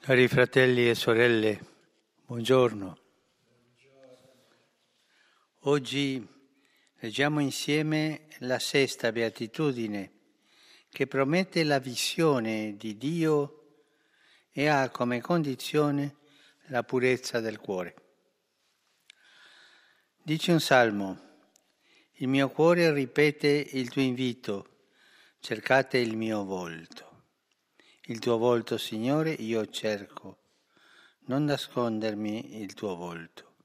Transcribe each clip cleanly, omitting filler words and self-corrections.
Cari fratelli e sorelle, buongiorno. Oggi leggiamo insieme la sesta beatitudine che promette la visione di Dio e ha come condizione la purezza del cuore. Dice un salmo: il mio cuore ripete il tuo invito, cercate il mio volto. Il tuo volto, Signore, io cerco, non nascondermi il tuo volto.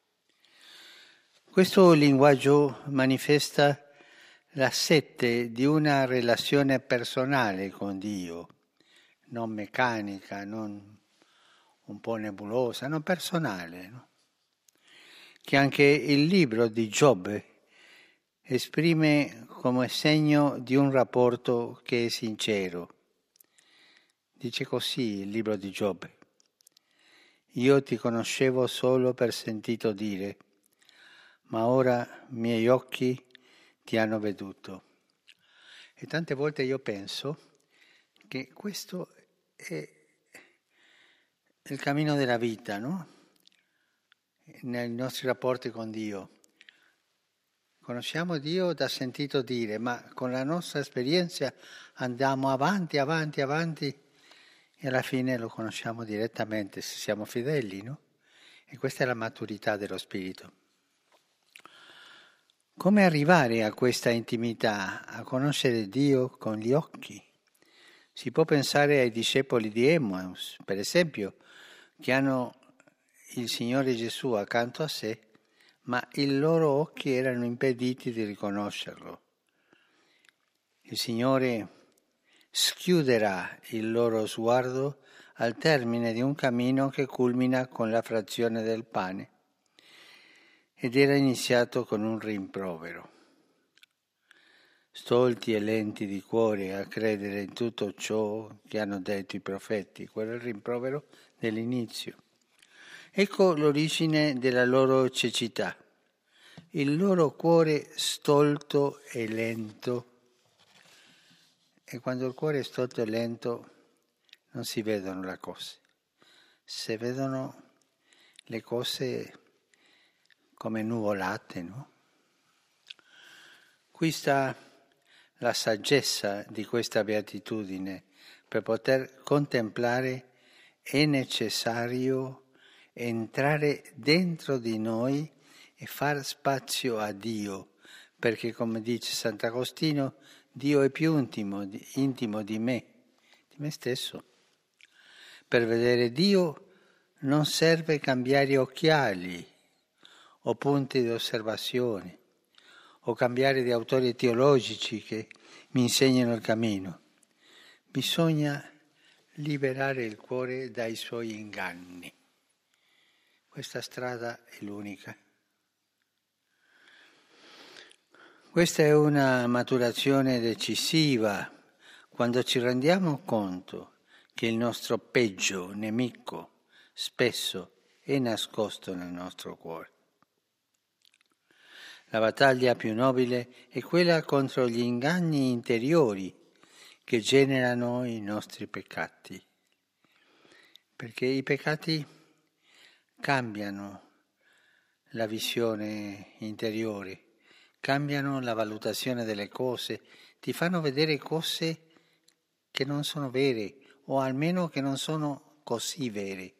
Questo linguaggio manifesta la sete di una relazione personale con Dio, non meccanica, non un po' nebulosa, non personale, no? Che anche il libro di Giobbe esprime come segno di un rapporto che è sincero. Dice così il libro di Giobbe: io ti conoscevo solo per sentito dire, ma ora miei occhi ti hanno veduto. E tante volte io penso che questo è il cammino della vita, no? Nei nostri rapporti con Dio. Conosciamo Dio da sentito dire, ma con la nostra esperienza andiamo avanti e alla fine lo conosciamo direttamente se siamo fedeli, no? E questa è la maturità dello spirito. Come arrivare a questa intimità, a conoscere Dio con gli occhi? Si può pensare ai discepoli di Emmaus, per esempio, che hanno il Signore Gesù accanto a sé, ma i loro occhi erano impediti di riconoscerlo. Il Signore schiuderà il loro sguardo al termine di un cammino che culmina con la frazione del pane ed era iniziato con un rimprovero. Stolti e lenti di cuore a credere in tutto ciò che hanno detto i profeti, quello è il rimprovero dell'inizio. Ecco l'origine della loro cecità, il loro cuore stolto e lento. E quando il cuore è stolto e lento non si vedono le cose, si vedono le cose come nuvolate, no? Qui sta la saggezza di questa beatitudine. Per poter contemplare è necessario entrare dentro di noi e far spazio a Dio, perché come dice Sant'Agostino, Dio è più intimo di me stesso. Per vedere Dio non serve cambiare occhiali o punti di osservazione o cambiare di autori teologici che mi insegnano il cammino. Bisogna liberare il cuore dai suoi inganni. Questa strada è l'unica. Questa è una maturazione decisiva quando ci rendiamo conto che il nostro peggio nemico spesso è nascosto nel nostro cuore. La battaglia più nobile è quella contro gli inganni interiori che generano i nostri peccati, perché i peccati cambiano la visione interiore, cambiano la valutazione delle cose, ti fanno vedere cose che non sono vere o almeno che non sono così vere.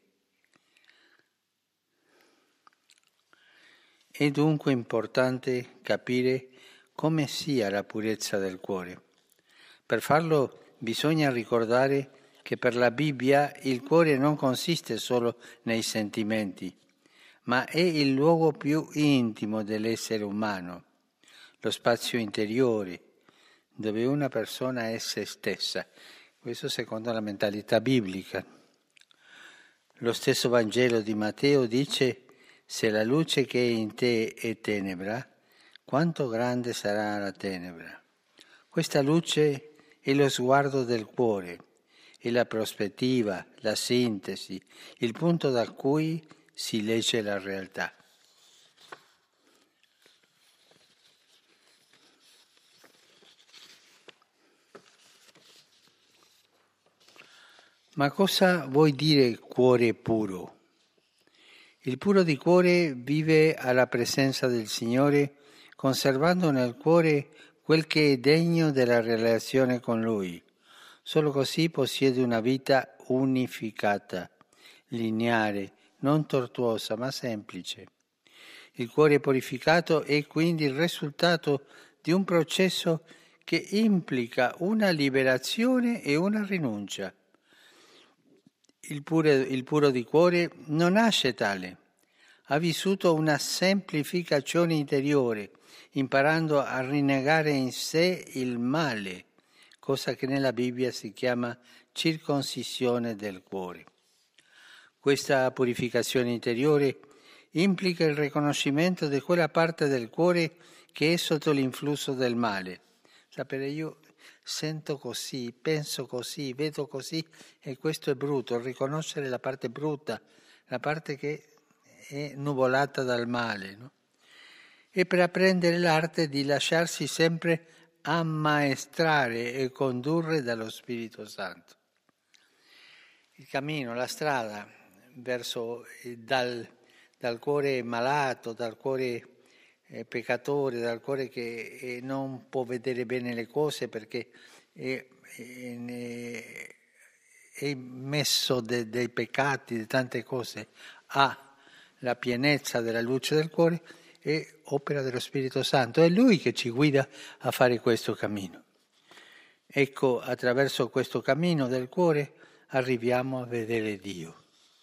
È dunque importante capire come sia la purezza del cuore. Per farlo bisogna ricordare che per la Bibbia il cuore non consiste solo nei sentimenti, ma è il luogo più intimo dell'essere umano, lo spazio interiore, dove una persona è se stessa. Questo secondo la mentalità biblica. Lo stesso Vangelo di Matteo dice: se la luce che è in te è tenebra, quanto grande sarà la tenebra. Questa luce è lo sguardo del cuore, è la prospettiva, la sintesi, il punto da cui si legge la realtà. Ma cosa vuol dire cuore puro? Il puro di cuore vive alla presenza del Signore, conservando nel cuore quel che è degno della relazione con Lui. Solo così possiede una vita unificata, lineare, non tortuosa ma semplice. Il cuore purificato è quindi il risultato di un processo che implica una liberazione e una rinuncia. Il puro di cuore non nasce tale, ha vissuto una semplificazione interiore, imparando a rinnegare in sé il male, cosa che nella Bibbia si chiama circoncisione del cuore. Questa purificazione interiore implica il riconoscimento di quella parte del cuore che è sotto l'influsso del male. Sapere, io sento così, penso così, vedo così e questo è brutto, riconoscere la parte brutta, la parte che è nuvolata dal male, no? E per apprendere l'arte di lasciarsi sempre ammaestrare e condurre dallo Spirito Santo. Il cammino, la strada verso dal cuore malato, dal cuore peccatore, dal cuore che non può vedere bene le cose perché è immesso dei peccati, di tante cose, ha la pienezza della luce del cuore, è opera dello Spirito Santo. È Lui che ci guida a fare questo cammino. Ecco, attraverso questo cammino del cuore arriviamo a vedere Dio.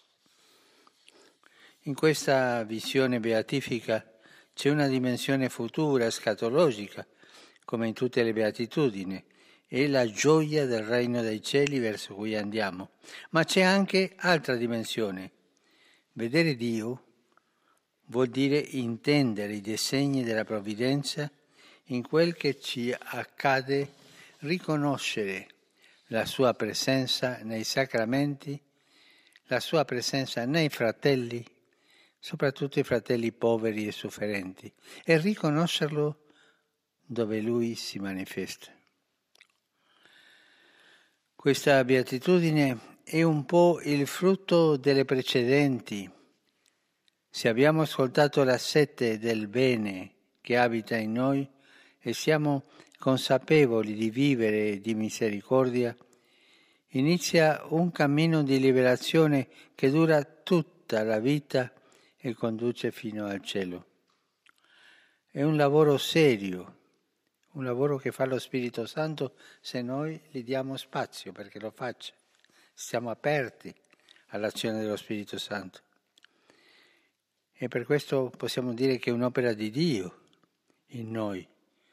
In questa visione beatifica c'è una dimensione futura, scatologica, come in tutte le beatitudini, è la gioia del regno dei cieli verso cui andiamo. Ma c'è anche altra dimensione. Vedere Dio vuol dire intendere i disegni della provvidenza in quel che ci accade, riconoscere la sua presenza nei sacramenti, la sua presenza nei fratelli, soprattutto i fratelli poveri e sofferenti, e riconoscerlo dove Lui si manifesta. Questa beatitudine è un po' il frutto delle precedenti. Se abbiamo ascoltato la sete del bene che abita in noi e siamo consapevoli di vivere di misericordia, inizia un cammino di liberazione che dura tutta la vita e conduce fino al cielo. È un lavoro serio, un lavoro che fa lo Spirito Santo se noi gli diamo spazio perché lo faccia. Siamo aperti all'azione dello Spirito Santo. E per questo possiamo dire che è un'opera di Dio in noi,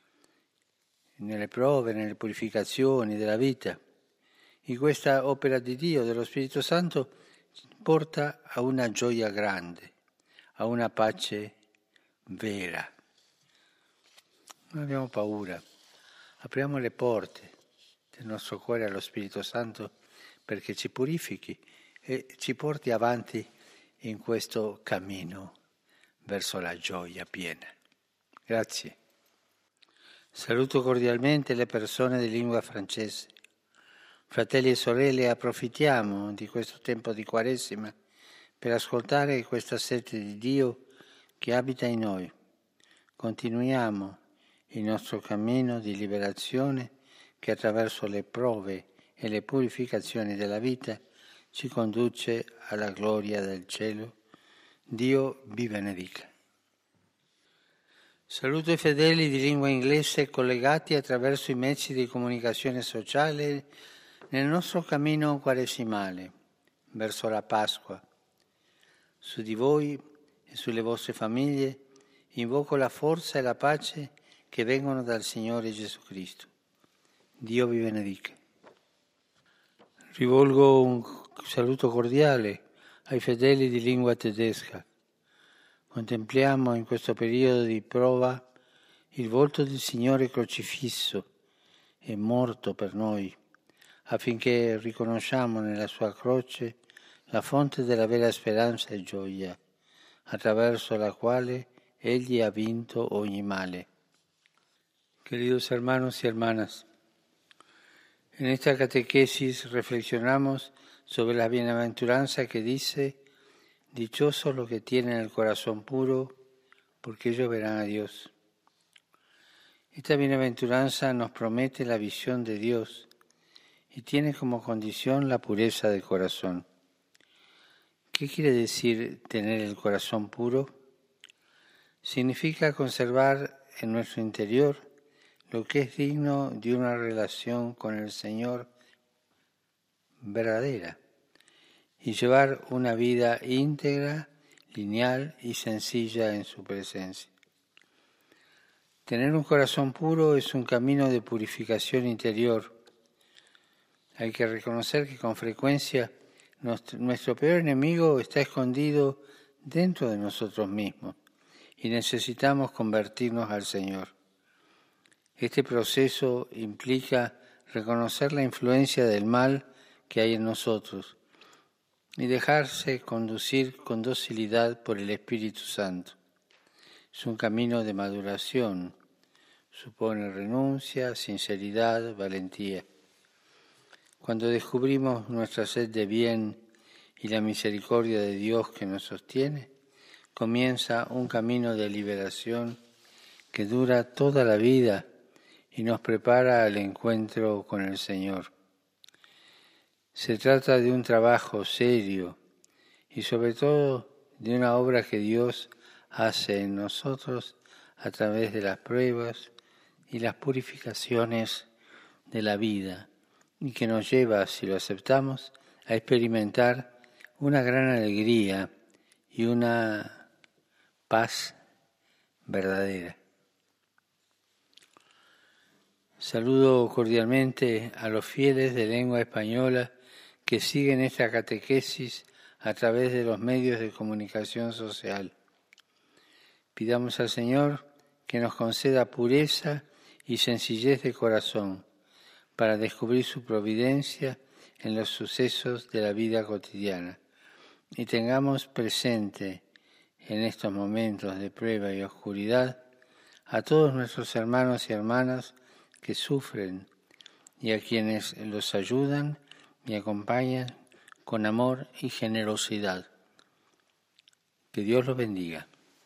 nelle prove, nelle purificazioni della vita. E questa opera di Dio, dello Spirito Santo, porta a una gioia grande, a una pace vera. Non abbiamo paura, apriamo le porte del nostro cuore allo Spirito Santo perché ci purifichi e ci porti avanti in questo cammino verso la gioia piena. Grazie. Saluto cordialmente le persone di lingua francese. Fratelli e sorelle, approfittiamo di questo tempo di Quaresima per ascoltare questa sete di Dio che abita in noi. Continuiamo il nostro cammino di liberazione che attraverso le prove e le purificazioni della vita ci conduce alla gloria del cielo. Dio vi benedica. Saluto i fedeli di lingua inglese collegati attraverso i mezzi di comunicazione sociale nel nostro cammino quaresimale verso la Pasqua. Su di voi e sulle vostre famiglie invoco la forza e la pace che vengono dal Signore Gesù Cristo. Dio vi benedica. Rivolgo un saluto cordiale ai fedeli di lingua tedesca. Contempliamo in questo periodo di prova il volto del Signore crocifisso e morto per noi, affinché riconosciamo nella sua croce la fonte della vera speranza e gioia, attraverso la quale Egli ha vinto ogni male. Queridos hermanos y hermanas, en esta catequesis reflexionamos sobre la bienaventuranza que dice: dichosos los que tienen el corazón puro, porque ellos verán a Dios. Esta bienaventuranza nos promete la visión de Dios y tiene como condición la pureza del corazón. ¿Qué quiere decir tener el corazón puro? Significa conservar en nuestro interior lo que es digno de una relación con el Señor verdadera y llevar una vida íntegra, lineal y sencilla en su presencia. Tener un corazón puro es un camino de purificación interior. Hay que reconocer que con frecuencia nuestro peor enemigo está escondido dentro de nosotros mismos y necesitamos convertirnos al Señor. Este proceso implica reconocer la influencia del mal que hay en nosotros y dejarse conducir con docilidad por el Espíritu Santo. Es un camino de maduración, supone renuncia, sinceridad, valentía. Cuando descubrimos nuestra sed de bien y la misericordia de Dios que nos sostiene, comienza un camino de liberación que dura toda la vida y nos prepara al encuentro con el Señor. Se trata de un trabajo serio y sobre todo de una obra que Dios hace en nosotros a través de las pruebas y las purificaciones de la vida y que nos lleva, si lo aceptamos, a experimentar una gran alegría y una paz verdadera. Saludo cordialmente a los fieles de lengua española que siguen esta catequesis a través de los medios de comunicación social. Pidamos al Señor que nos conceda pureza y sencillez de corazón para descubrir su providencia en los sucesos de la vida cotidiana y tengamos presente en estos momentos de prueba y oscuridad a todos nuestros hermanos y hermanas que sufren y a quienes los ayudan y acompañan con amor y generosidad. Que Dios los bendiga.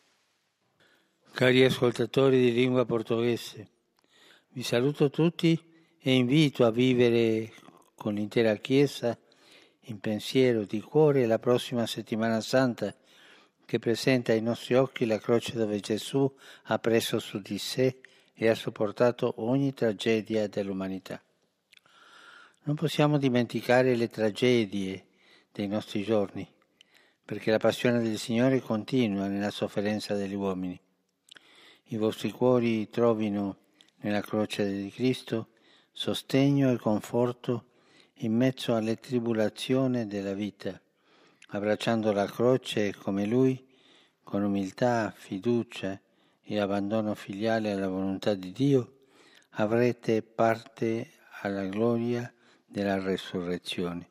Cari ascoltatori di lingua portoghese, vi saluto tutti e invito a vivere con l'intera Chiesa in pensiero di cuore la prossima Settimana Santa che presenta ai nostri occhi la croce dove Gesù ha preso su di sé e ha sopportato ogni tragedia dell'umanità. Non possiamo dimenticare le tragedie dei nostri giorni, perché la passione del Signore continua nella sofferenza degli uomini. I vostri cuori trovino nella croce di Cristo sostegno e conforto in mezzo alle tribolazioni della vita, abbracciando la croce come Lui, con umiltà, fiducia e abbandono filiale alla volontà di Dio, avrete parte alla gloria della resurrezione.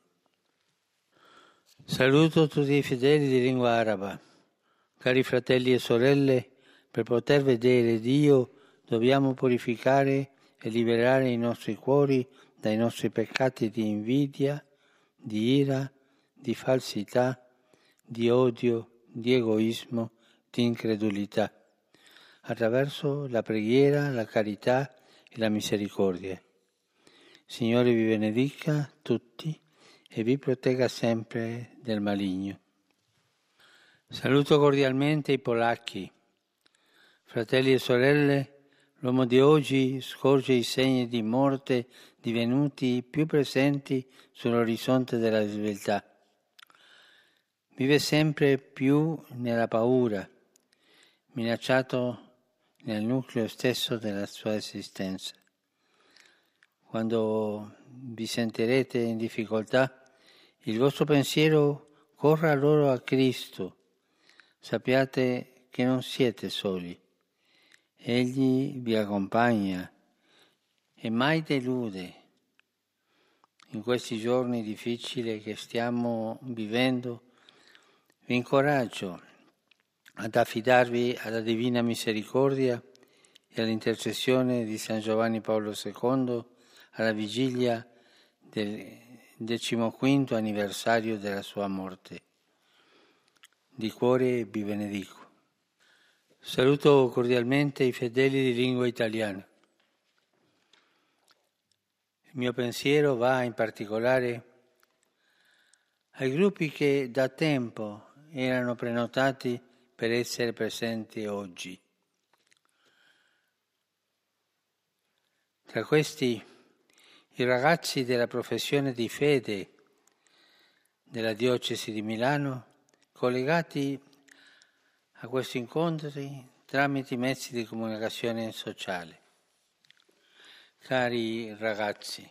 Saluto tutti i fedeli di lingua araba. Cari fratelli e sorelle, per poter vedere Dio dobbiamo purificare e liberare i nostri cuori dai nostri peccati di invidia, di ira, di falsità, di odio, di egoismo, di incredulità, attraverso la preghiera, la carità e la misericordia. Signore vi benedica tutti e vi protegga sempre del maligno. Saluto cordialmente i polacchi. Fratelli e sorelle, l'uomo di oggi scorge i segni di morte divenuti più presenti sull'orizzonte della civiltà. Vive sempre più nella paura, minacciato nel nucleo stesso della sua esistenza. Quando vi sentirete in difficoltà, il vostro pensiero corra loro a Cristo. Sappiate che non siete soli. Egli vi accompagna e mai delude. In questi giorni difficili che stiamo vivendo, vi incoraggio ad affidarvi alla Divina Misericordia e all'intercessione di San Giovanni Paolo II alla vigilia il 15° anniversario della sua morte. Di cuore vi benedico. Saluto cordialmente i fedeli di lingua italiana. Il mio pensiero va in particolare ai gruppi che da tempo erano prenotati per essere presenti oggi. Tra questi i ragazzi della professione di fede della diocesi di Milano, collegati a questi incontri tramite i mezzi di comunicazione sociale. Cari ragazzi,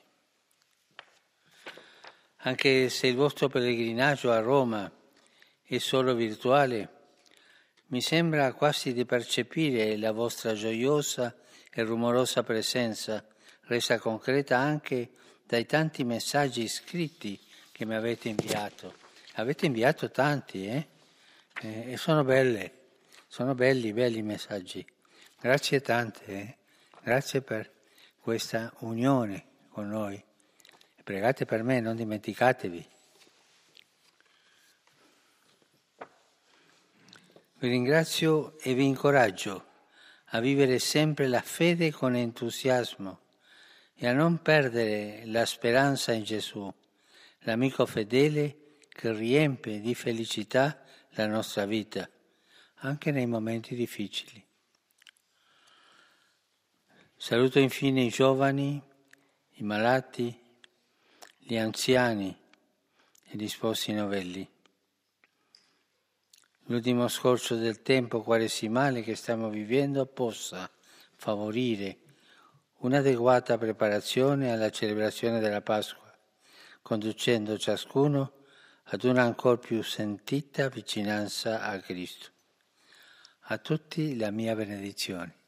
anche se il vostro pellegrinaggio a Roma è solo virtuale, mi sembra quasi di percepire la vostra gioiosa e rumorosa presenza, resa concreta anche dai tanti messaggi scritti che mi avete inviato. Avete inviato tanti, e sono belli i messaggi. Grazie tante, grazie per questa unione con noi. Pregate per me, non dimenticatevi. Vi ringrazio e vi incoraggio a vivere sempre la fede con entusiasmo e a non perdere la speranza in Gesù, l'amico fedele che riempie di felicità la nostra vita, anche nei momenti difficili. Saluto infine i giovani, i malati, gli anziani e gli sposi novelli. L'ultimo scorcio del tempo quaresimale che stiamo vivendo possa favorire un'adeguata preparazione alla celebrazione della Pasqua, conducendo ciascuno ad una ancor più sentita vicinanza a Cristo. A tutti la mia benedizione.